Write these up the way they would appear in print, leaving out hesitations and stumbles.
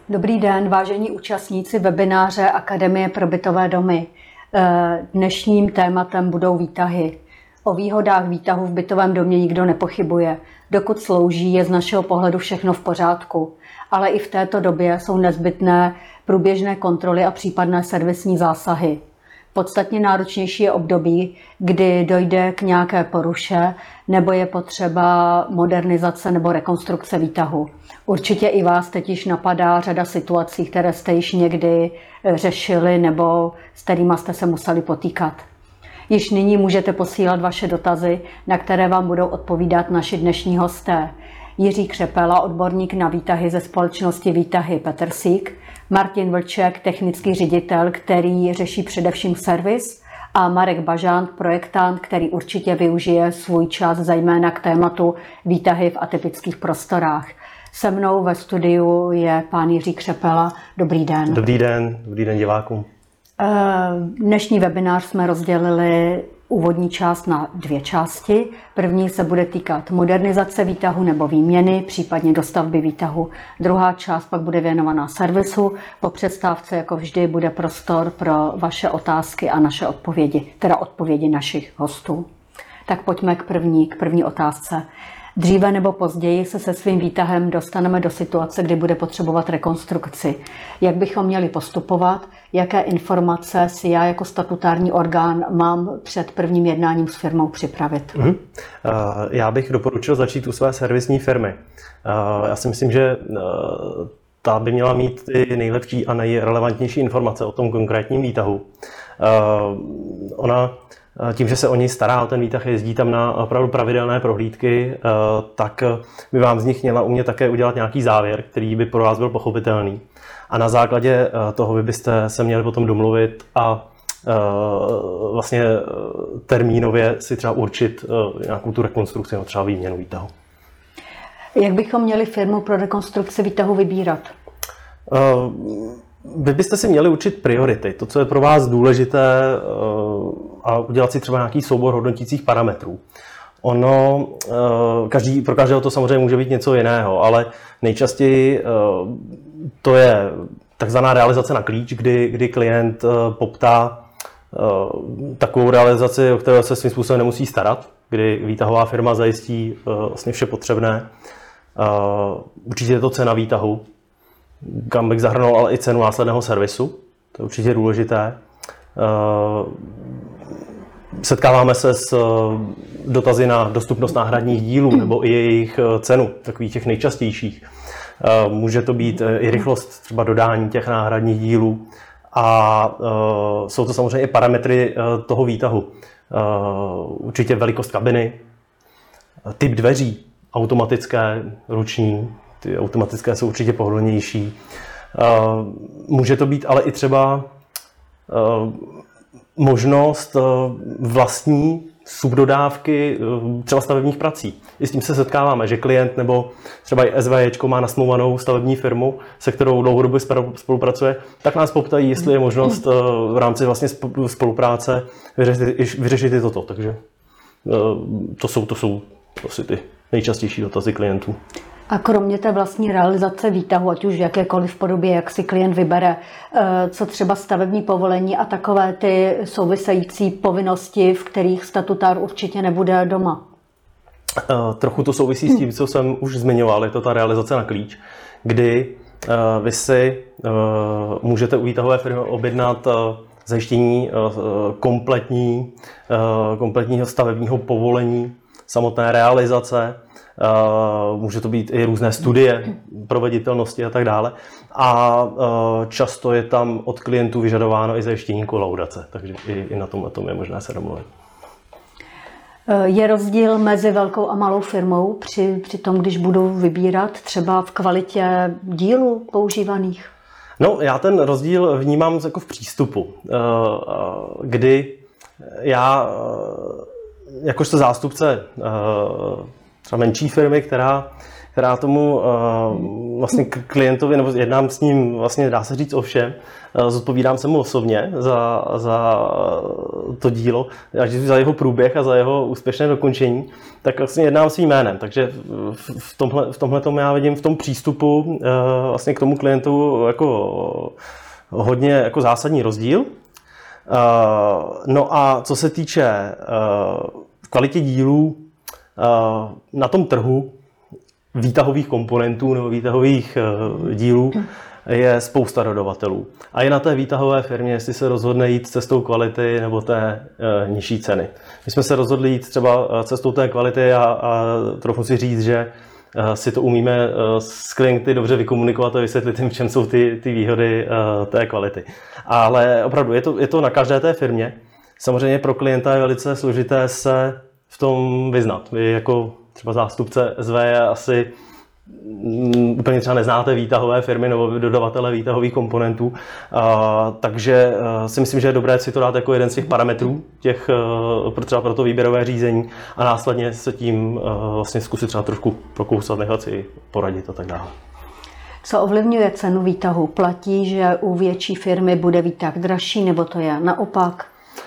Dobrý den, vážení účastníci webináře Akademie pro bytové domy. Dnešním tématem budou výtahy. O výhodách výtahu v bytovém domě nikdo nepochybuje. Dokud slouží, je z našeho pohledu všechno v pořádku. Ale i v této době jsou nezbytné průběžné kontroly a případné servisní zásahy. Podstatně náročnější je období, kdy dojde k nějaké poruše nebo je potřeba modernizace nebo rekonstrukce výtahu. Určitě i vás teď již napadá řada situací, které jste již někdy řešili nebo s kterými jste se museli potýkat. Již nyní můžete posílat vaše dotazy, na které vám budou odpovídat naši dnešní hosté. Jiří Křepela, odborník na výtahy ze společnosti Výtahy Petersík, Martin Vlček, technický ředitel, který řeší především servis, a Marek Bažant, projektant, který určitě využije svůj čas zejména k tématu výtahy v atypických prostorách. Se mnou ve studiu je pán Jiří Křepela. Dobrý den. Dobrý den divákům. Dnešní webinář jsme rozdělili úvodní část na dvě části. První se bude týkat modernizace výtahu nebo výměny, případně dostavby výtahu. Druhá část pak bude věnovaná servisu. Po přestávce, jako vždy, bude prostor pro vaše otázky a naše odpovědi, teda odpovědi našich hostů. Tak pojďme k první otázce. Dříve nebo později se svým výtahem dostaneme do situace, kdy bude potřebovat rekonstrukci. Jak bychom měli postupovat? Jaké informace si já jako statutární orgán mám před prvním jednáním s firmou připravit? Já bych doporučil začít u své servisní firmy. Já si myslím, že ta by měla mít ty nejlepší a nejrelevantnější informace o tom konkrétním výtahu. Tím, že se o něj stará, o ten výtah, jezdí tam na opravdu pravidelné prohlídky, tak by vám z nich měla umět také udělat nějaký závěr, který by pro vás byl pochopitelný. A na základě toho vy byste se měli potom domluvit a vlastně termínově si třeba určit nějakou tu rekonstrukci nebo třeba výměnu výtahu. Jak bychom měli firmu pro rekonstrukci výtahu vybírat? Vy byste si měli určit priority, to, co je pro vás důležité, a udělat si třeba nějaký soubor hodnotících parametrů. Pro každého to samozřejmě může být něco jiného, ale nejčastěji to je takzvaná realizace na klíč, kdy klient poptá takovou realizaci, o kterou se svým způsobem nemusí starat, kdy výtahová firma zajistí vlastně vše potřebné. Určitě je to cena výtahu, kam bych zahrnul ale i cenu následného servisu, to je určitě důležité. Setkáváme se s dotazy na dostupnost náhradních dílů nebo i jejich cenu, takových těch nejčastějších. Může to být i rychlost třeba dodání těch náhradních dílů a jsou to samozřejmě i parametry toho výtahu. Určitě velikost kabiny, typ dveří, automatické, ruční, ty automatické jsou určitě pohodlnější. Může to být ale i třeba možnost vlastní subdodávky třeba stavebních prací. I s tím se setkáváme, že klient nebo třeba i SVJčko má nasmlouvanou stavební firmu, se kterou dlouhodobě spolupracuje, tak nás poptají, jestli je možnost v rámci vlastně spolupráce vyřešit i toto. Takže to jsou asi ty nejčastější dotazy klientů. A kromě té vlastní realizace výtahu, ať už v jakékoliv podobě, jak si klient vybere, co třeba stavební povolení a takové ty související povinnosti, v kterých statutár určitě nebude doma? Trochu to souvisí s tím, co jsem už zmiňoval, je to ta realizace na klíč, kdy vy si můžete u výtahové firmy objednat zajištění kompletního stavebního povolení, samotné realizace. Může to být i různé studie proveditelnosti a tak dále. A často je tam od klientů vyžadováno i zajištění kolaudace, takže i na tomhle je možné se domluvit. Je rozdíl mezi velkou a malou firmou při tom, když budu vybírat třeba v kvalitě dílů používaných? No, já ten rozdíl vnímám jako v přístupu, kdy já jakožto zástupce třeba menší firmy, která tomu vlastně klientovi, nebo jednám s ním, vlastně dá se říct o všem, zodpovídám se mu osobně za to dílo, až za jeho průběh a za jeho úspěšné dokončení, tak vlastně jednám svým jménem. Takže v tomhle já vidím v tom přístupu vlastně k tomu klientu jako hodně jako zásadní rozdíl. No a co se týče kvalitě dílů na tom trhu, výtahových komponentů nebo výtahových dílů, je spousta dodavatelů. A je na té výtahové firmě, jestli se rozhodne jít cestou kvality nebo té nižší ceny. My jsme se rozhodli jít třeba cestou té kvality a trochu si říct, že si to umíme s klienty dobře vykomunikovat a vysvětlit jim, v čem jsou ty výhody té kvality. Ale opravdu je to na každé té firmě. Samozřejmě pro klienta je velice složité se v tom vyznat. Vy jako třeba zástupce SV asi úplně třeba neznáte výtahové firmy nebo dodavatele výtahových komponentů, takže si myslím, že je dobré si to dát jako jeden z těch parametrů třeba pro to výběrové řízení a následně se tím vlastně zkusit třeba trošku prokousat, nechat si poradit a tak dále. Co ovlivňuje cenu výtahu? Platí, že u větší firmy bude výtah dražší, nebo to je naopak?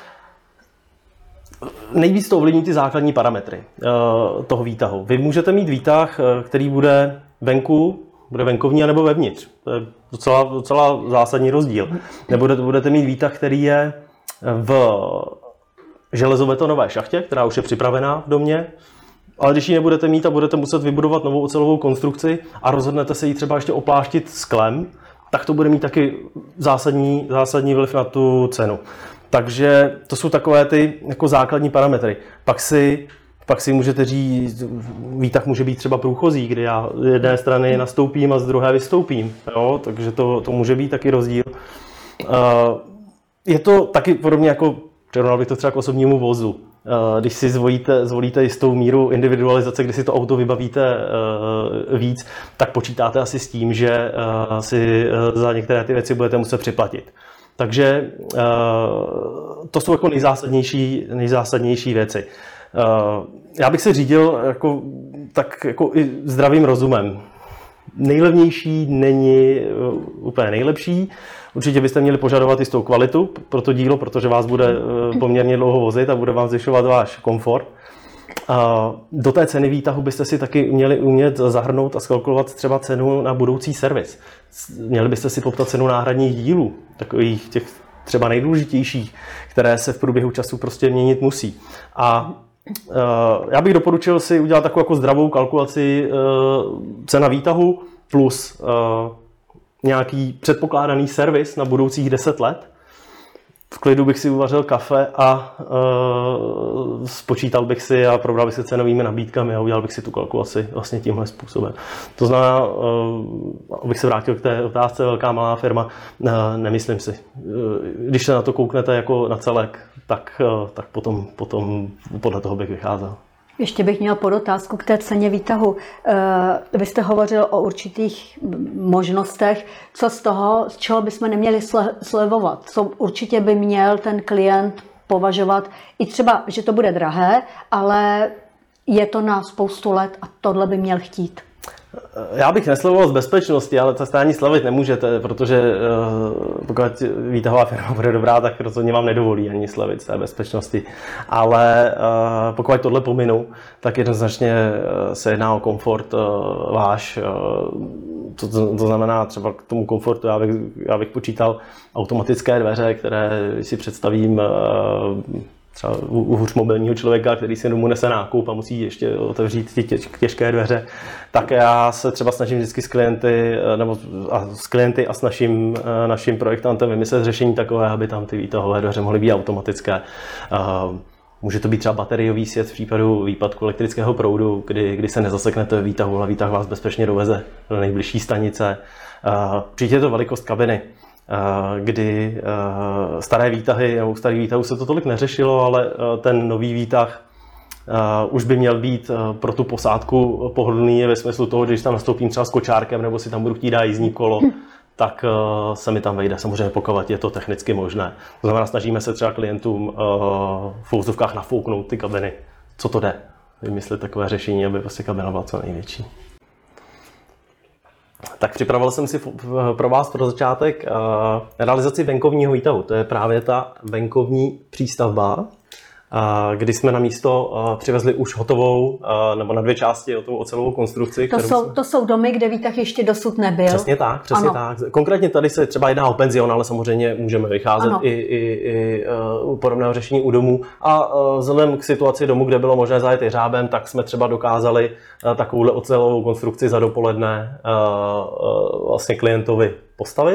Nejvíc to ovlivní ty základní parametry toho výtahu. Vy můžete mít výtah, který bude venku, bude venkovní, anebo vevnitř. To je docela zásadní rozdíl. Nebo budete mít výtah, který je v železobetonové šachtě, která už je připravená v domě, ale když ji nebudete mít a budete muset vybudovat novou ocelovou konstrukci a rozhodnete se ji třeba ještě opláštit sklem, tak to bude mít taky zásadní vliv na tu cenu. Takže to jsou takové ty jako základní parametry. Pak si můžete říct, výtah může být třeba průchozí, kdy já z jedné strany nastoupím a z druhé vystoupím. Jo? Takže to může být taky rozdíl. Je to taky podobně jako, přirovnal bych to třeba k osobnímu vozu. Když si zvolíte jistou míru individualizace, kdy si to auto vybavíte víc, tak počítáte asi s tím, že si za některé ty věci budete muset připlatit. Takže to jsou jako nejzásadnější věci. Já bych se řídil tak i zdravým rozumem. Nejlevnější není úplně nejlepší. Určitě byste měli požadovat jistou kvalitu pro to dílo, protože vás bude poměrně dlouho vozit a bude vám zvyšovat váš komfort. Do té ceny výtahu byste si taky měli umět zahrnout a skalkulovat třeba cenu na budoucí servis. Měli byste si poptat cenu náhradních dílů, takových těch třeba nejdůležitějších, které se v průběhu času prostě měnit musí. A já bych doporučil si udělat takovou jako zdravou kalkulaci cena výtahu plus nějaký předpokládaný servis na budoucích 10 let. V klidu bych si uvařil kafe a spočítal bych si a probral bych se cenovými nabídkami a udělal bych si tu kalkulaci vlastně tímhle způsobem. To znamená, abych se vrátil k té otázce velká malá firma, nemyslím si. Když se na to kouknete jako na celek, tak potom podle toho bych vycházel. Ještě bych měl podotázku k té ceně výtahu. Vy jste hovořil o určitých možnostech, co z čeho bychom neměli slevovat. Co určitě by měl ten klient považovat, i třeba, že to bude drahé, ale je to na spoustu let a tohle by měl chtít. Já bych neslevoval z bezpečnosti, ale to ani slavit nemůžete, protože pokud výtahová firma bude dobrá, tak rozhodně vám nedovolí ani slavit z té bezpečnosti. Ale pokud tohle pominu, tak jednoznačně se jedná o komfort váš. To znamená třeba k tomu komfortu, já bych počítal automatické dveře, které si představím třeba uvnitř mobilního člověka, který si domů nese nákup a musí ještě otevřít ty těžké dveře, tak já se třeba snažím vždycky s klienty a s naším projektantem vymyslet řešení takové, aby tam ty výtahové dveře mohly být automatické. Může to být třeba bateriový svět v případu výpadku elektrického proudu, kdy se nezaseknete ve výtahu, ale výtah vás bezpečně doveze do nejbližší stanice. Určitě je to velikost kabiny, kdy staré výtahy, nebo u starých výtahů se to tolik neřešilo, ale ten nový výtah už by měl být pro tu posádku pohodlný ve smyslu toho, že když tam nastoupím třeba s kočárkem nebo si tam budu chtít dát jízdní kolo, tak se mi tam vejde. Samozřejmě pokud je to technicky možné. To znamená, snažíme se třeba klientům v úzovkách nafouknout ty kabiny. Co to jde? Vymyslet takové řešení, aby prostě kabina byla co největší. Tak připravil jsem si pro vás pro začátek realizaci venkovního výtahu. To je právě ta venkovní přístavba, kdy jsme na místo přivezli už hotovou, nebo na 2 části hotovou ocelovou konstrukci. To jsou domy, kde výtah ještě dosud nebyl. Přesně tak, přesně tak. Konkrétně tady se třeba jedná o penzion, ale samozřejmě můžeme vycházet i u podobného řešení u domů. A vzhledem k situaci domu, kde bylo možné zajet jeřábem, tak jsme třeba dokázali takovouhle ocelovou konstrukci za dopoledne vlastně klientovi postavit.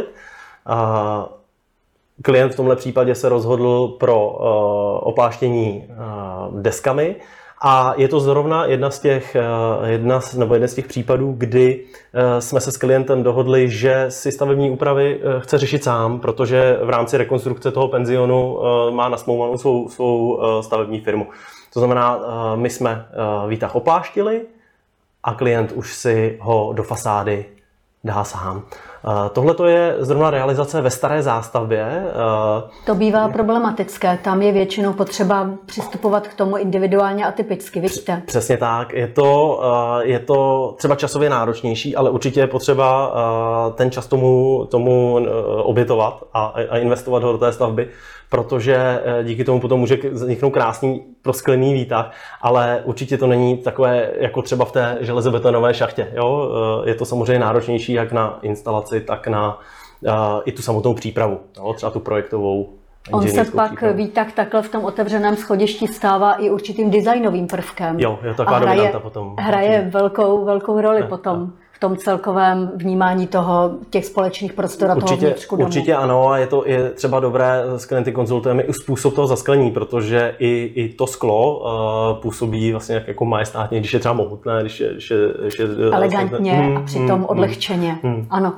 Klient v tomhle případě se rozhodl pro opláštění deskami a je to zrovna jeden z těch případů, kdy jsme se s klientem dohodli, že si stavební úpravy chce řešit sám, protože v rámci rekonstrukce toho penzionu má nasmlouvanou svou stavební firmu. To znamená, my jsme výtah opláštili a klient už si ho do fasády dá sám. Tohle to je zrovna realizace ve staré zástavbě. To bývá problematické. Tam je většinou potřeba přistupovat k tomu individuálně a typicky, vidíte? Přesně tak. Je to třeba časově náročnější, ale určitě je potřeba ten čas tomu obětovat a investovat ho do té stavby, protože díky tomu potom může vzniknout krásný prosklený výtah, ale určitě to není takové jako třeba v té železobetonové šachtě. Jo? Je to samozřejmě náročnější jak na instalaci, tak na i tu samotnou přípravu, jo? Třeba tu projektovou. On se pak výtah takhle v tom otevřeném schodišti stává i určitým designovým prvkem. Jo, je to taková dominanta potom. Hraje velkou roli potom v tom celkovém vnímání těch společných prostor a toho vnitřku domu. Určitě ano, a je třeba dobré, s klienty konzultujeme i způsob toho zasklení, protože i to sklo působí vlastně jako majestátně, když je třeba mohutné, když je elegantně a přitom odlehčeně. Ano.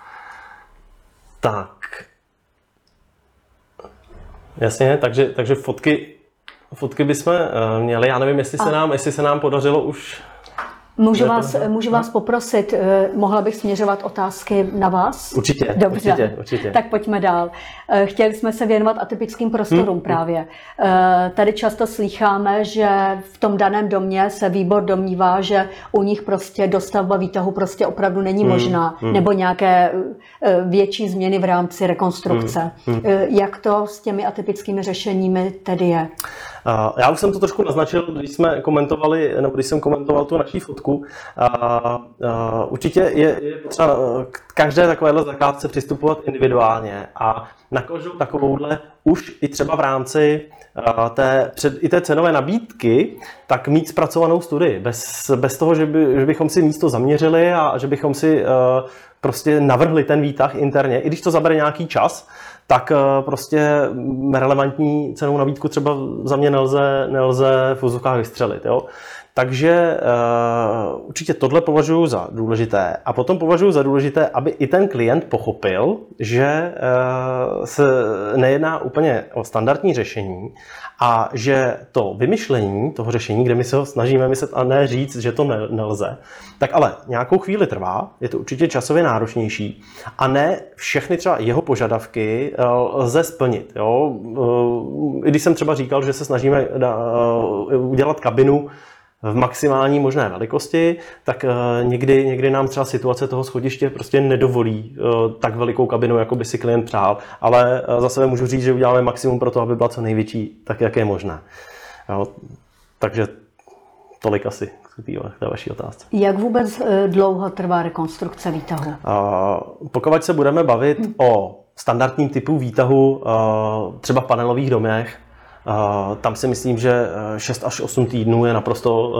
Tak. Vás takže fotky bychom měli. Já nevím, jestli se nám podařilo už. Můžu vás poprosit, mohla bych směřovat otázky na vás? Určitě. Dobře, určitě. Tak pojďme dál. Chtěli jsme se věnovat atypickým prostorům právě. Tady často slýcháme, že v tom daném domě se výbor domnívá, že u nich prostě dostavba výtahu prostě opravdu není možná, nebo nějaké větší změny v rámci rekonstrukce. Jak to s těmi atypickými řešeními tedy je? Já už jsem to trošku naznačil, když jsem komentoval tu naší fotku. Určitě je potřeba k každé takovéhle zakázce přistupovat individuálně a na každou takovouhle už i třeba v rámci té cenové nabídky, tak mít zpracovanou studii. Bez toho, že bychom si místo zaměřili a že bychom si prostě navrhli ten výtah interně, i když to zabere nějaký čas, tak prostě relevantní cenovou nabídku třeba za mě nelze v úzovkách vystřelit. Jo? Takže určitě tohle považuji za důležité. A potom považuji za důležité, aby i ten klient pochopil, že se nejedná úplně o standardní řešení a že to vymyšlení toho řešení, kde my se ho snažíme myslet a ne říct, že to nelze, tak ale nějakou chvíli trvá, je to určitě časově náročnější a ne všechny třeba jeho požadavky lze splnit. Jo? I když jsem třeba říkal, že se snažíme udělat kabinu v maximální možné velikosti, tak někdy nám třeba situace toho schodiště prostě nedovolí tak velikou kabinu, jako by si klient přál, ale za sebe můžu říct, že uděláme maximum pro to, aby byla co největší, tak jak je možné. Jo, takže tolik asi k té vaší otázce. Jak vůbec dlouho trvá rekonstrukce výtahu? Pokud se budeme bavit o standardním typu výtahu, třeba v panelových domech, tam si myslím, že 6 až 8 týdnů je naprosto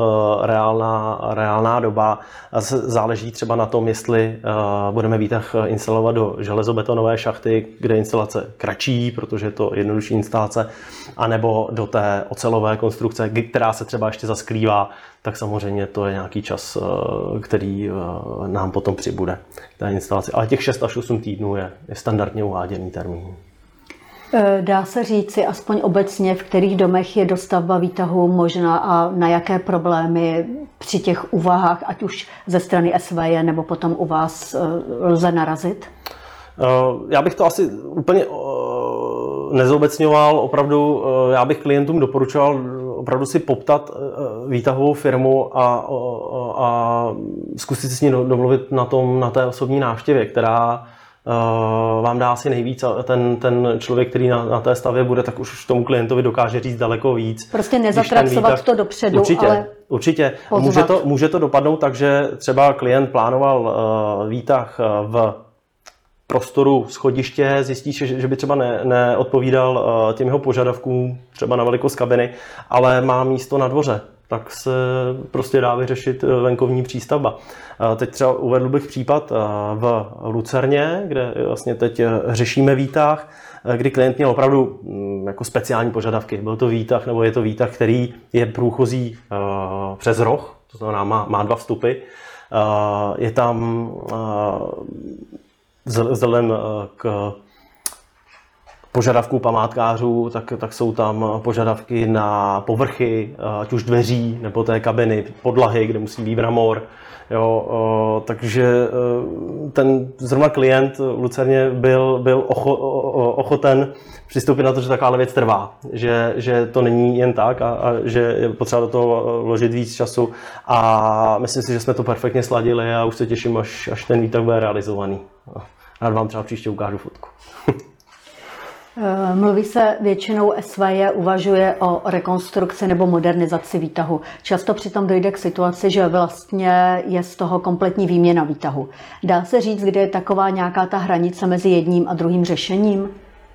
reálná doba. Záleží třeba na tom, jestli budeme výtah instalovat do železobetonové šachty, kde je instalace kratší, protože je to jednodušší instalace, anebo do té ocelové konstrukce, která se třeba ještě zasklívá, tak samozřejmě to je nějaký čas, který nám potom přibude k té instalaci. Ale těch 6 až 8 týdnů je standardně uváděný termín. Dá se říci aspoň obecně, v kterých domech je dostavba výtahu možná a na jaké problémy při těch úvahách, ať už ze strany SVJ nebo potom u vás, lze narazit? Já bych to asi úplně nezobecňoval. Opravdu já bych klientům doporučoval opravdu si poptat výtahovou firmu a zkusit si s ní domluvit na té osobní návštěvě, která vám dá asi nejvíc a ten člověk, který na té stavě bude, tak už tomu klientovi dokáže říct daleko víc. Prostě nezatracovat to dopředu, ale určitě. Může to dopadnout tak, že třeba klient plánoval výtah v prostoru schodiště, zjistí, že by třeba neodpovídal těm jeho požadavkům, třeba na velikost kabiny, ale má místo na dvoře, tak se prostě dá vyřešit venkovní přístavba. Teď třeba uvedl bych případ v Lucerně, kde vlastně teď řešíme výtah, kdy klient měl opravdu jako speciální požadavky. Byl to výtah, nebo je to výtah, který je průchozí přes roh, to znamená má 2 vstupy. Je tam vzhledem k požadavků památkářů, tak jsou tam požadavky na povrchy, ať už dveří nebo té kabiny, podlahy, kde musí být mramor. Takže ten zrovna klient v Lucerně byl ochoten přistoupit na to, že taková věc trvá, že to není jen tak a že je potřeba do toho vložit víc času a myslím si, že jsme to perfektně sladili a už se těším, až ten výtah bude realizovaný. Rád vám třeba příště ukážu fotku. Mluví se většinou SVJ uvažuje o rekonstrukci nebo modernizaci výtahu. Často přitom dojde k situaci, že vlastně je z toho kompletní výměna výtahu. Dá se říct, kde je taková nějaká ta hranice mezi jedním a druhým řešením?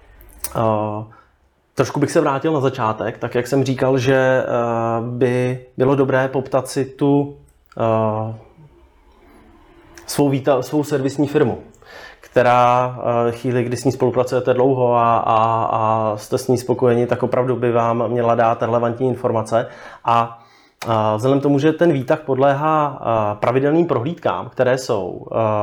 Trošku bych se vrátil na začátek, tak jak jsem říkal, že by bylo dobré poptat si tu svou servisní firmu, která chvíli, kdy s ní spolupracujete dlouho a jste s ní spokojeni, tak opravdu by vám měla dát relevantní informace. A vzhledem k tomu, že ten výtah podléhá pravidelným prohlídkám, které jsou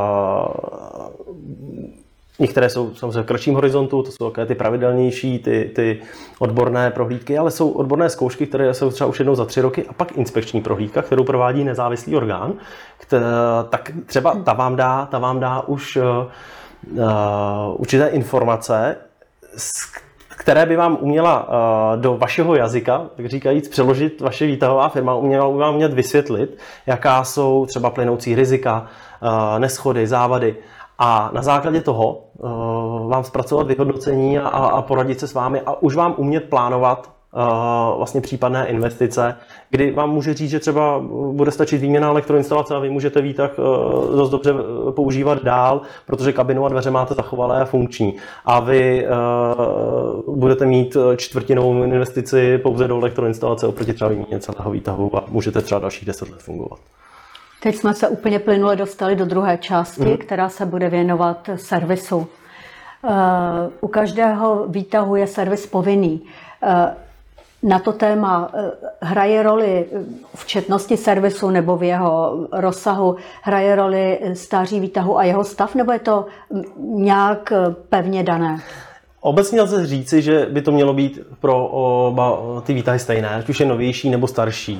některé jsou samozřejmě v kratším horizontu, to jsou také ty pravidelnější, ty odborné prohlídky, ale jsou odborné zkoušky, které jsou třeba už jednou za 3 roky a pak inspekční prohlídka, kterou provádí nezávislý orgán, tak třeba ta vám dá už určité informace, které by vám uměla do vašeho jazyka, tak říkajíc, přeložit vaše výtahová firma, uměla by vám umět vysvětlit, jaká jsou třeba plynoucí rizika, neshody, závady. A na základě toho vám zpracovat vyhodnocení a poradit se s vámi a už vám umět plánovat vlastně případné investice, kdy vám může říct, že třeba bude stačit výměna elektroinstalace a vy můžete výtah dost dobře používat dál, protože kabinu a dveře máte zachovalé a funkční. A vy budete mít čtvrtinovou investici pouze do elektroinstalace oproti třeba výměně celého výtahu a můžete třeba dalších 10 let fungovat. Teď jsme se úplně plynule dostali do druhé části, která se bude věnovat servisu. U každého výtahu je servis povinný. Na to téma hraje roli v četnosti servisu nebo v jeho rozsahu, hraje roli stáří výtahu a jeho stav, nebo je to nějak pevně dané? Obecně lze říci, že by to mělo být pro oba ty výtahy stejné, ať už je novější nebo starší.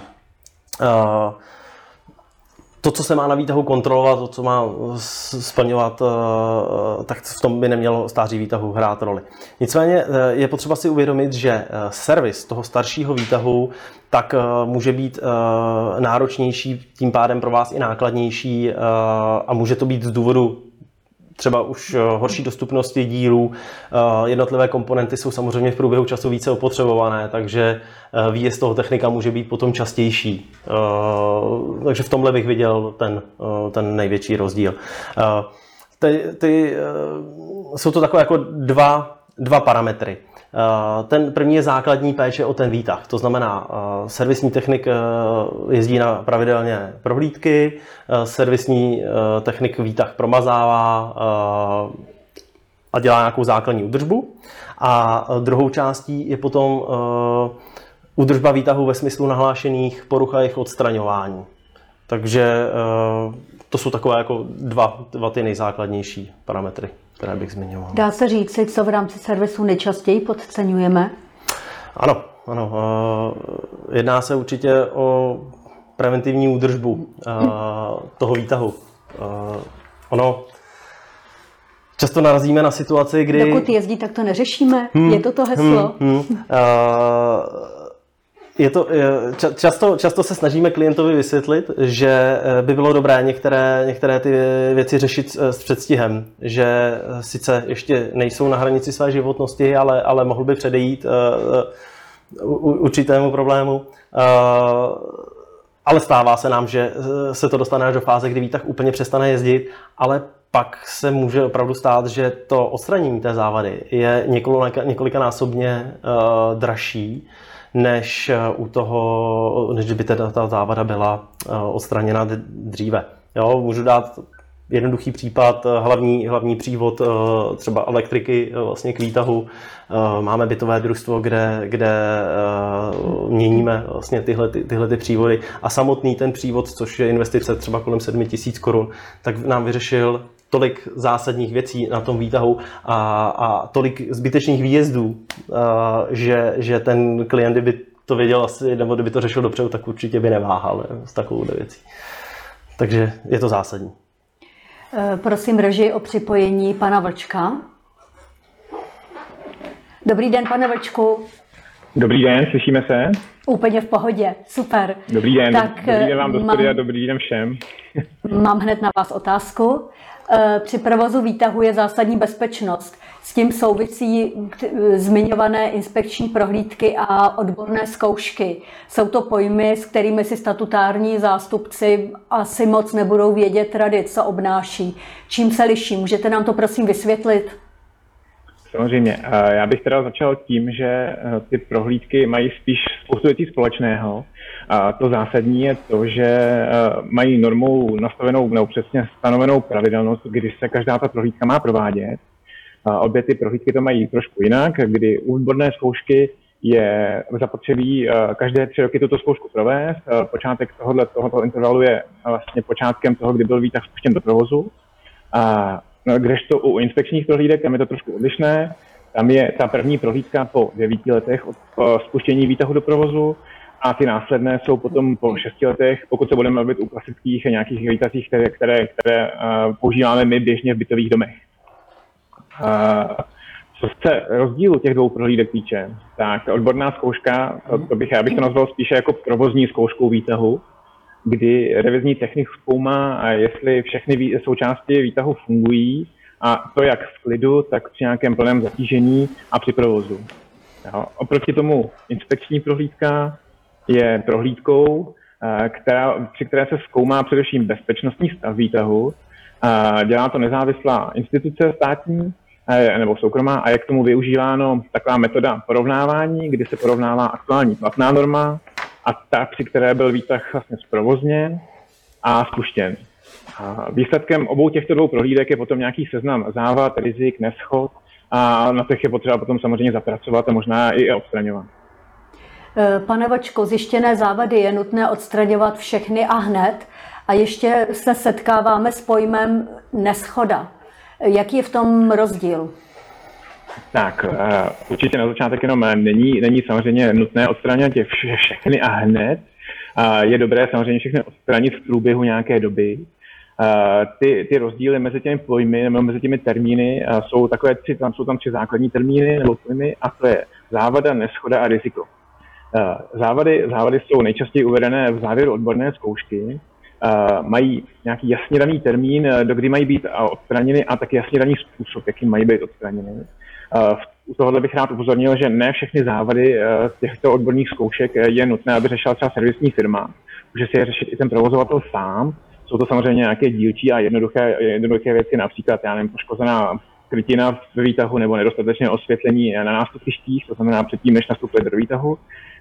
To, co se má na výtahu kontrolovat, to, co má splňovat, tak v tom by nemělo stáří výtahu hrát roli. Nicméně je potřeba si uvědomit, že servis toho staršího výtahu tak může být náročnější, tím pádem pro vás i nákladnější a může to být z důvodu třeba už horší dostupnosti dílů. Jednotlivé komponenty jsou samozřejmě v průběhu času více opotřebované, takže výjezd toho technika může být potom častější. Takže v tomhle bych viděl ten největší rozdíl. Jsou to takové jako dva parametry. Ten první je základní péče o ten výtah, to znamená, servisní technik jezdí na pravidelně prohlídky, servisní technik výtah promazává a dělá nějakou základní údržbu. A druhou částí je potom údržba výtahu ve smyslu nahlášených poruch a jejich odstraňování. Takže to jsou takové jako dva ty nejzákladnější parametry, které bych zmiňoval. Dá se říct, co v rámci servisu nejčastěji podceňujeme? Ano. Jedná se určitě o preventivní údržbu toho výtahu. Často narazíme na situaci, kdy... Dokud jezdí, tak to neřešíme? Je to heslo? Často se snažíme klientovi vysvětlit, že by bylo dobré některé ty věci řešit s předstihem, že sice ještě nejsou na hranici své životnosti, ale mohl by předejít určitému problému. Ale stává se nám, že se to dostane až do fáze, kdy výtah úplně přestane jezdit, ale pak se může opravdu stát, že to odstranění té závady je několikanásobně dražší, než by ta závada byla odstraněna dříve. Jo, můžu dát jednoduchý případ, hlavní přívod třeba elektriky vlastně k výtahu. Máme bytové družstvo, kde měníme vlastně tyhle ty přívody a samotný ten přívod, což je investice třeba kolem 7 000 korun, tak nám vyřešil tolik zásadních věcí na tom výtahu a tolik zbytečných výjezdů, že ten klient, kdyby to věděl asi, nebo kdyby to řešil dopředu, tak určitě by neváhal s takovou věcí. Takže je to zásadní. Prosím režii o připojení pana Vlčka. Dobrý den, pane Vlčku. Dobrý den, slyšíme se? Úplně v pohodě, super. Dobrý den, dobrý den vám do studia, dobrý den všem. Mám hned na vás otázku. Při provozu výtahu je zásadní bezpečnost. S tím souvisí zmiňované inspekční prohlídky a odborné zkoušky. Jsou to pojmy, s kterými si statutární zástupci asi moc nebudou vědět rady, co obnáší. Čím se liší? Můžete nám to prosím vysvětlit? Samozřejmě. Já bych teda začal tím, že ty prohlídky mají spíš spoustu věcí společného. A to zásadní je to, že mají normou nastavenou nebo přesně stanovenou pravidelnost, kdy se každá ta prohlídka má provádět. Obě ty prohlídky to mají trošku jinak, kdy u odborné zkoušky je zapotřebí každé 3 roky tuto zkoušku provést. Počátek tohoto intervalu je vlastně počátkem toho, kdy byl výtah spuštěn do provozu. Kdežto u inspekčních prohlídek, tam je to trošku odlišné. Tam je ta první prohlídka po 9 letech od spuštění výtahu do provozu a ty následné jsou potom po 6 letech, pokud se budeme bavit u klasických nějakých výtazích, které používáme my běžně v bytových domech. Co se rozdílu těch 2 prohlídek týče, tak odborná zkouška, já bych to nazval spíše jako provozní zkouškou výtahu, kdy revizní technik zkoumá, jestli všechny součásti výtahu fungují, a to jak v klidu, tak při nějakém plném zatížení a při provozu. Jo. Oproti tomu inspekční prohlídka je prohlídkou, při které se zkoumá především bezpečnostní stav výtahu. Dělá to nezávislá instituce státní nebo soukromá a je k tomu využíváno taková metoda porovnávání, kdy se porovnává aktuální platná norma a ta, při které byl výtah vlastně zprovozněn a spuštěn. Výsledkem obou těchto 2 prohlídek je potom nějaký seznam závad, rizik, neshod a na těch je potřeba potom samozřejmě zapracovat a možná i odstraňovat. Pane Vlčku, zjištěné závady je nutné odstraňovat všechny a hned a ještě se setkáváme s pojmem neshoda. Jaký je v tom rozdíl? Tak, určitě na začátek jenom není samozřejmě nutné odstranit všechny a hned. Je dobré samozřejmě všechny odstranit v průběhu nějaké doby. Ty rozdíly mezi těmi pojmy nebo mezi těmi termíny jsou takové jsou tam 3 základní termíny nebo pojmy a to je závada, neshoda a riziko. Závady jsou nejčastěji uvedené v závěru odborné zkoušky. Mají nějaký jasně daný termín, do kdy mají být odstraněny a taky jasně daný způsob, jakým mají být odstraněny. U tohohle bych rád upozornil, že ne všechny závady těchto odborných zkoušek je nutné, aby řešila třeba servisní firma. Může si je řešit i ten provozovatel sám. Jsou to samozřejmě nějaké dílčí a jednoduché věci, například poškozená krytina ve výtahu nebo nedostatečné osvětlení na nástupištích, to znamená předtím, než nastupuje do výtahu.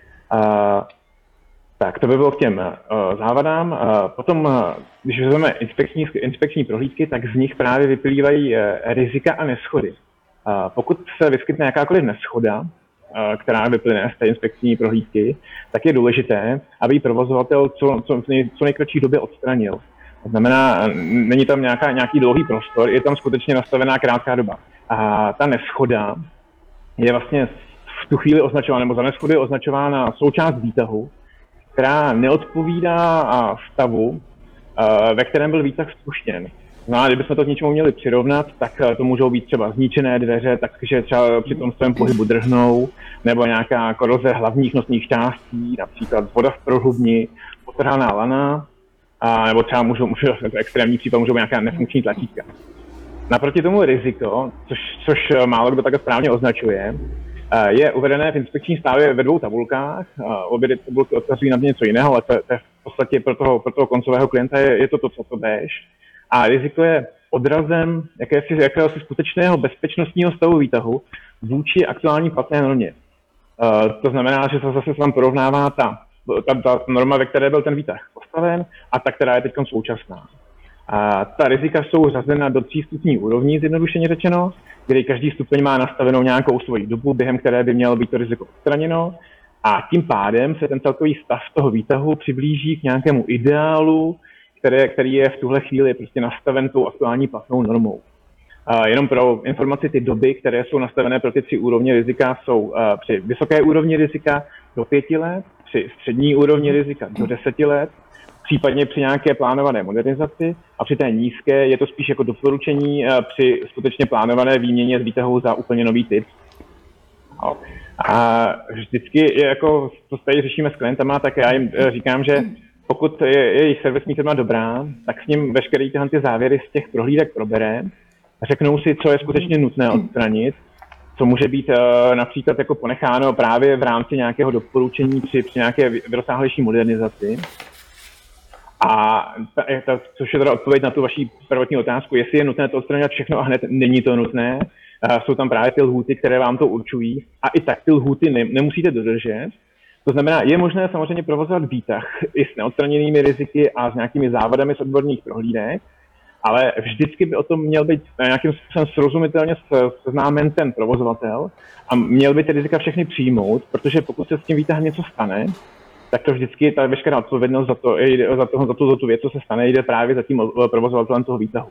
Tak to by bylo k těm závadám. Potom, když vezmeme inspekční prohlídky, tak z nich právě vyplývají rizika a neshody. Pokud se vyskytne jakákoliv neshoda, která vyplyne z té inspekční prohlídky, tak je důležité, aby ji provozovatel co nejkratší době odstranil. To znamená, není tam nějaký dlouhý prostor, je tam skutečně nastavená krátká doba. A ta neshoda je vlastně v tu chvíli označována, nebo za neschodu je označována součást výtahu, která neodpovídá stavu, ve kterém byl výtah spuštěn. No a kdybychom to k něčemu měli přirovnat, tak to můžou být třeba zničené dveře, takže třeba při tom svém pohybu drhnou, nebo nějaká koroze hlavních nosních částí, například voda v prohlubni, potrhaná lana, a nebo třeba můžou jako extrémní případ, můžou být nějaká nefunkční tlačítka. Naproti tomu riziko, což málo kdo takhle správně označuje, je uvedené v inspekční zprávě ve 2 tabulkách. Obě tabulky odkazují na něco jiného, ale to je v podstatě pro toho koncového klienta je to co béž. A riziko je odrazem jakéhosi skutečného bezpečnostního stavu výtahu vůči aktuální platné normě. To znamená, že se zase tam porovnává ta norma, ve které byl ten výtah postaven, a ta, která je teď současná. A ta rizika jsou řazena do 3 stupňů úrovní, zjednodušeně řečeno, kdy každý stupeň má nastavenou nějakou svoji dobu, během které by mělo být to riziko odstraněno. A tím pádem se ten celkový stav toho výtahu přiblíží k nějakému ideálu, který je v tuhle chvíli prostě nastaven tou aktuální platnou normou. Jenom pro informaci, ty doby, které jsou nastavené pro ty 3 úrovně rizika, jsou při vysoké úrovni rizika do 5 let, při střední úrovni rizika do 10 let, případně při nějaké plánované modernizaci, a při té nízké je to spíš jako doporučení při skutečně plánované výměně z výtahu za úplně nový typ. A vždycky je jako, to tady řešíme s klientama, tak já jim říkám, že pokud je jejich servisní firma dobrá, tak s ním veškeré ty závěry z těch prohlídek probere, řeknou si, co je skutečně nutné odstranit, co může být například jako ponecháno právě v rámci nějakého doporučení při nějaké rozsáhlejší modernizaci. A což je teda odpověď na tu vaši prvotní otázku, jestli je nutné to odstranit všechno a hned, není to nutné. Jsou tam právě ty lhůty, které vám to určují, a i tak ty lhůty nemusíte dodržet. To znamená, je možné samozřejmě provozovat výtah i s neodstraněnými riziky a s nějakými závadami z odborných prohlídek, ale vždycky by o tom měl být nějakým způsobem srozumitelně seznámen ten provozovatel a měl by ty rizika všechny přijmout, protože pokud se s tím výtahem něco stane, tak to vždycky ta veškerá odpovědnost za tu věc, co se stane, jde právě za tím provozovatelem toho výtahu.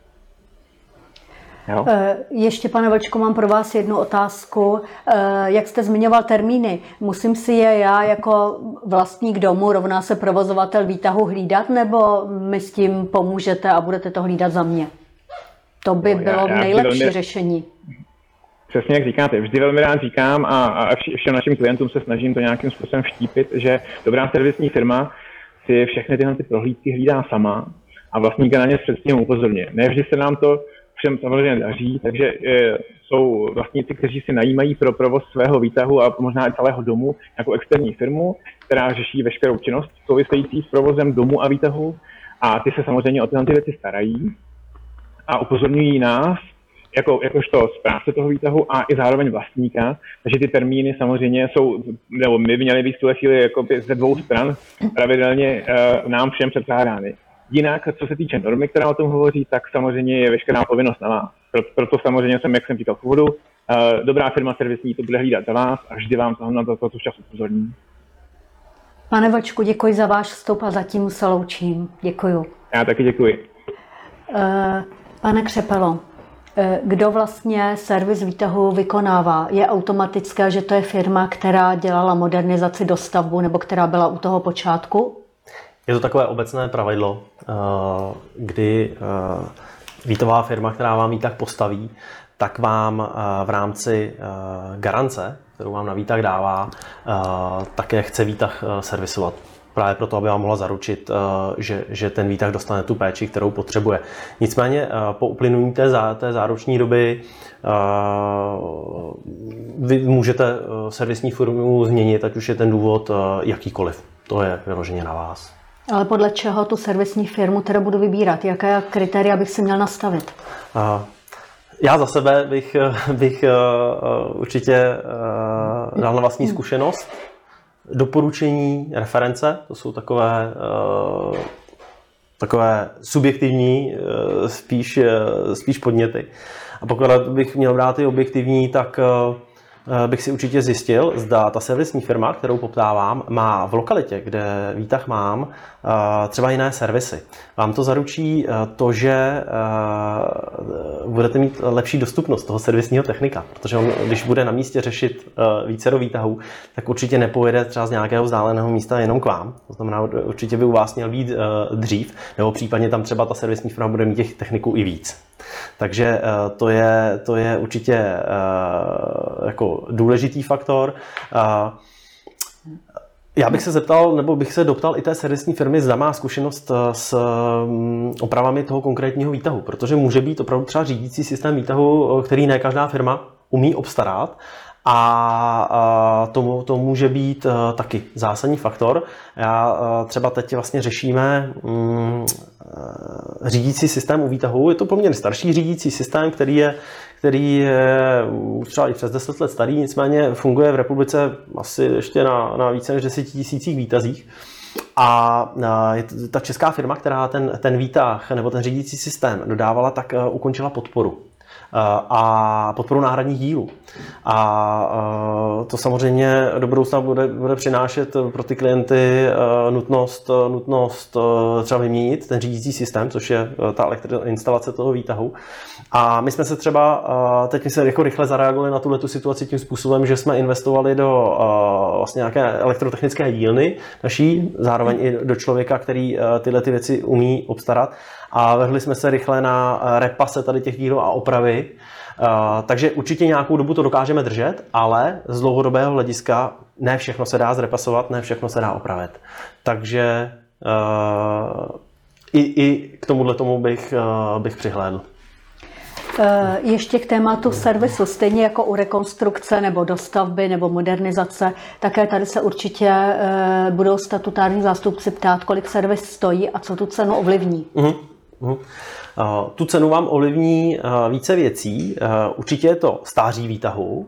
Jo? Ještě, pane Vlčko, mám pro vás jednu otázku. Jak jste zmiňoval termíny, musím si je já jako vlastník domu, rovná se provozovatel výtahu, hlídat, nebo mi s tím pomůžete a budete to hlídat za mě? To by bylo nejlepší řešení. Přesně jak říkáte, vždy velmi rád říkám a všem našim klientům se snažím to nějakým způsobem vštípit, že dobrá servisní firma si všechny tyhle prohlídky hlídá sama a vlastníka na ně předtím upozorňuje. Ne vždy se nám to všem samozřejmě daří, takže jsou vlastníci, kteří si najímají pro provoz svého výtahu a možná i celého domu jako externí firmu, která řeší veškerou činnost související s provozem domu a výtahu, a ty se samozřejmě o tyhle věci starají a upozorňují nás, jakožto správce toho výtahu a i zároveň vlastníka, takže ty termíny samozřejmě jsou, nebo my by měly být v tuhle chvíli jakoby ze 2 stran pravidelně nám všem předkládány. Jinak, co se týče normy, která o tom hovoří, tak samozřejmě je veškerá povinnost na vás. Proto samozřejmě jak jsem říkal v úvodu, dobrá firma servisní to bude hlídat za vás a vždy vám na to včas upozorní. Pane Vlčku, děkuji za váš vstup a zatím se loučím. Děkuju. Já taky děkuji. Pane Křepelo, kdo vlastně servis výtahu vykonává? Je automatické, že to je firma, která dělala modernizaci, dostavbu, nebo která byla u toho počátku? Je to takové obecné pravidlo, kdy výtová firma, která vám výtah postaví, tak vám v rámci garance, kterou vám na výtah dává, také chce výtah servisovat. Právě proto, aby vám mohla zaručit, že ten výtah dostane tu péči, kterou potřebuje. Nicméně po uplynutí té záruční doby vy můžete servisní firmu změnit, ať už je ten důvod jakýkoliv. To je vyloženě na vás. Ale podle čeho tu servisní firmu teda budu vybírat? Jaké kritéria bych si měl nastavit? Já za sebe bych určitě dal na vlastní zkušenost. Doporučení, reference, to jsou takové subjektivní spíš podněty. A pokud bych měl brát ty objektivní, tak bych si určitě zjistil, zda ta servisní firma, kterou poptávám, má v lokalitě, kde výtah mám, třeba jiné servisy. Vám to zaručí to, že budete mít lepší dostupnost toho servisního technika, protože on, když bude na místě řešit vícero výtahů, tak určitě nepojede třeba z nějakého vzdáleného místa jenom k vám. To znamená, určitě by u vás měl být dřív, nebo případně tam třeba ta servisní firma bude mít těch techniků i víc. Takže to je určitě jako důležitý faktor. Já bych se zeptal, nebo bych se doptal i té servisní firmy, zda má zkušenost s opravami toho konkrétního výtahu, protože může být opravdu třeba řídící systém výtahu, který ne každá firma umí obstarat, a to může být taky zásadní faktor. Já třeba teď vlastně řešíme řídící systém u výtahu. Je to poměrně starší řídící systém, který je třeba i přes 10 let starý, nicméně funguje v republice asi ještě na více než 10 000 výtazích. A ta česká firma, která ten výtah nebo ten řídící systém dodávala, tak ukončila podporu. A podporu náhradních dílů. A to samozřejmě do budoucna bude přinášet pro ty klienty nutnost třeba vyměnit ten řídící systém, což je ta instalace toho výtahu. A my jsme se třeba, teď jsme jako rychle zareagovali na tuhletu situaci tím způsobem, že jsme investovali do vlastně nějaké elektrotechnické dílny naší, zároveň i do člověka, který tyhle ty věci umí obstarat. A vrhli jsme se rychle na repase tady těch dílů a opravy. Takže určitě nějakou dobu to dokážeme držet, ale z dlouhodobého hlediska ne všechno se dá zrepasovat, ne všechno se dá opravit. Takže i k tomuhle tomu bych přihlédl. Ještě k tématu servisu, stejně jako u rekonstrukce nebo dostavby nebo modernizace, také tady se určitě budou statutární zástupci ptát, kolik servis stojí a co tu cenu ovlivní. Tu cenu vám ovlivní více věcí. Určitě je to stáří výtahu,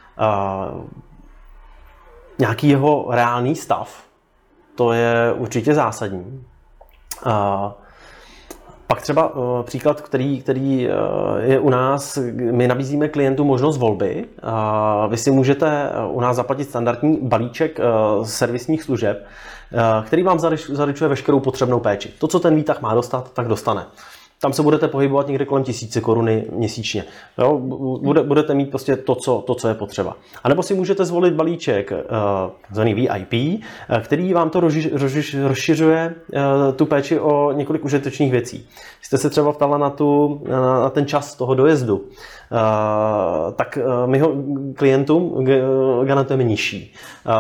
nějaký jeho reálný stav, to je určitě zásadní. Pak třeba příklad, který je u nás, my nabízíme klientům možnost volby. Vy si můžete u nás zaplatit standardní balíček servisních služeb, který vám zaručuje veškerou potřebnou péči. To, co ten výtah má dostat, tak dostane. Tam se budete pohybovat někde kolem 1000 koruny měsíčně. Jo? Budete mít prostě to, co je potřeba. A nebo si můžete zvolit balíček zvaný VIP, který vám to rozšiřuje tu péči o několik užitečných věcí. Jste se třeba ptala na ten čas toho dojezdu, tak my ho klientům garantujeme nižší.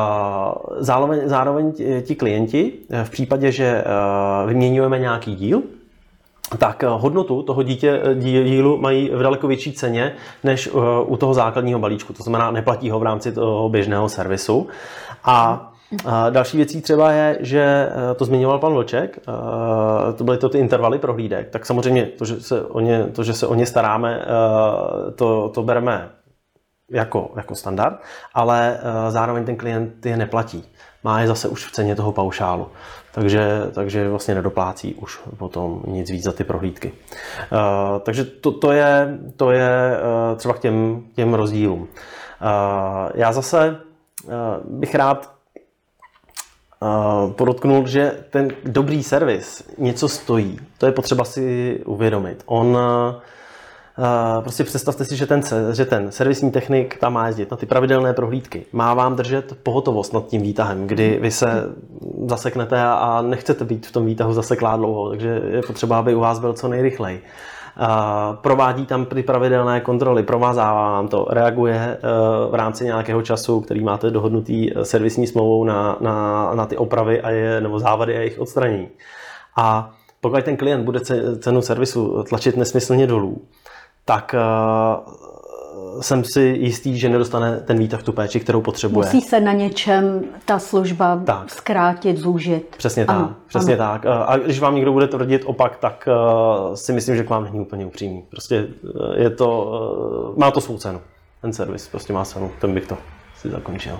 Zároveň ti klienti v případě, že vyměňujeme nějaký díl, tak hodnotu toho dílu mají v daleko větší ceně než u toho základního balíčku. To znamená, neplatí ho v rámci toho běžného servisu. A další věcí třeba je, že to zmiňoval pan Vlček, to byly ty intervaly prohlídek, tak samozřejmě to, že se o ně staráme, to bereme jako standard, ale zároveň ten klient je neplatí. Má je zase už v ceně toho paušálu. Takže vlastně nedoplácí už potom nic víc za ty prohlídky. Takže to je třeba k těm rozdílům. Já zase bych rád podotknul, že ten dobrý servis něco stojí. To je potřeba si uvědomit. Prostě představte si, že ten servisní technik tam má jezdit na ty pravidelné prohlídky. Má vám držet pohotovost nad tím výtahem, kdy vy se zaseknete a nechcete být v tom výtahu zaseklá dlouho, takže je potřeba, aby u vás byl co nejrychleji. Provádí tam ty pravidelné kontroly, provázává vám to, reaguje v rámci nějakého času, který máte dohodnutý servisní smlouvou na ty opravy nebo závady a jejich odstranění. A pokud ten klient bude cenu servisu tlačit nesmyslně dolů, tak jsem si jistý, že nedostane ten výtah tu péči, kterou potřebuje. Musí se na něčem ta služba zkrátit, zúžit. Přesně tak, přesně tak. A když vám někdo bude tvrdit opak, tak si myslím, že k vám není úplně upřímný. Prostě má to svou cenu. Ten servis prostě má cenu, ten bych to si zakončil.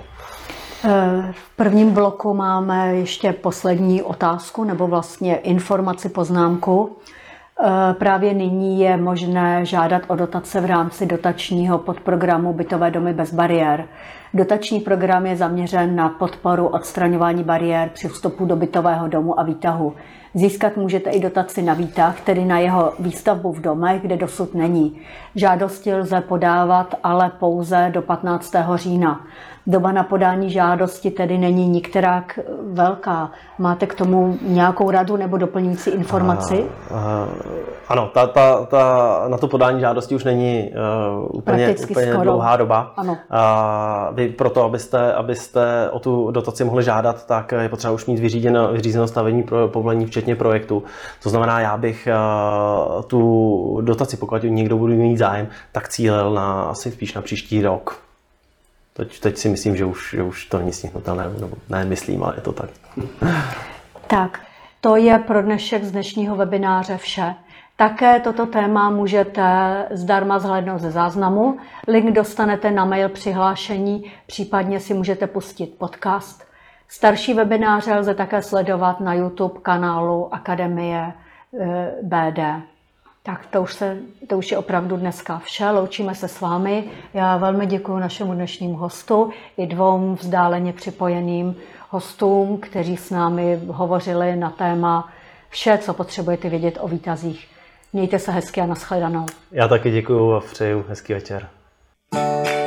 V prvním bloku máme ještě poslední otázku, nebo vlastně informaci, poznámku. Právě nyní je možné žádat o dotace v rámci dotačního podprogramu Bytové domy bez bariér. Dotační program je zaměřen na podporu odstraňování bariér při vstupu do bytového domu a výtahu. Získat můžete i dotaci na výtah, tedy na jeho výstavbu v domech, kde dosud není. Žádosti lze podávat ale pouze do 15. října. Doba na podání žádosti tedy není nikterak velká. Máte k tomu nějakou radu nebo doplňující informaci? Ano, na to podání žádosti už není úplně dlouhá doba. Ano. Vy proto, abyste o tu dotaci mohli žádat, tak je potřeba už mít vyřízeno stavební povolení, včetně projektu. To znamená, já bych tu dotaci, pokud někdo bude mít zájem, tak cílil asi spíš na příští rok. Teď si myslím, že už to není sníhnutelné, nebo ne, myslím, ale je to tak. Tak, to je pro dnešek z dnešního webináře vše. Také toto téma můžete zdarma zhlédnout ze záznamu. Link dostanete na mail přihlášení, případně si můžete pustit podcast. Starší webináře lze také sledovat na YouTube kanálu Akademie BD. Tak to už je opravdu dneska vše. Loučíme se s vámi. Já velmi děkuji našemu dnešnímu hostu i 2 vzdáleně připojeným hostům, kteří s námi hovořili na téma vše, co potřebujete vědět o výtazích. Mějte se hezky a nashledanou. Já taky děkuji a přeju hezký večer.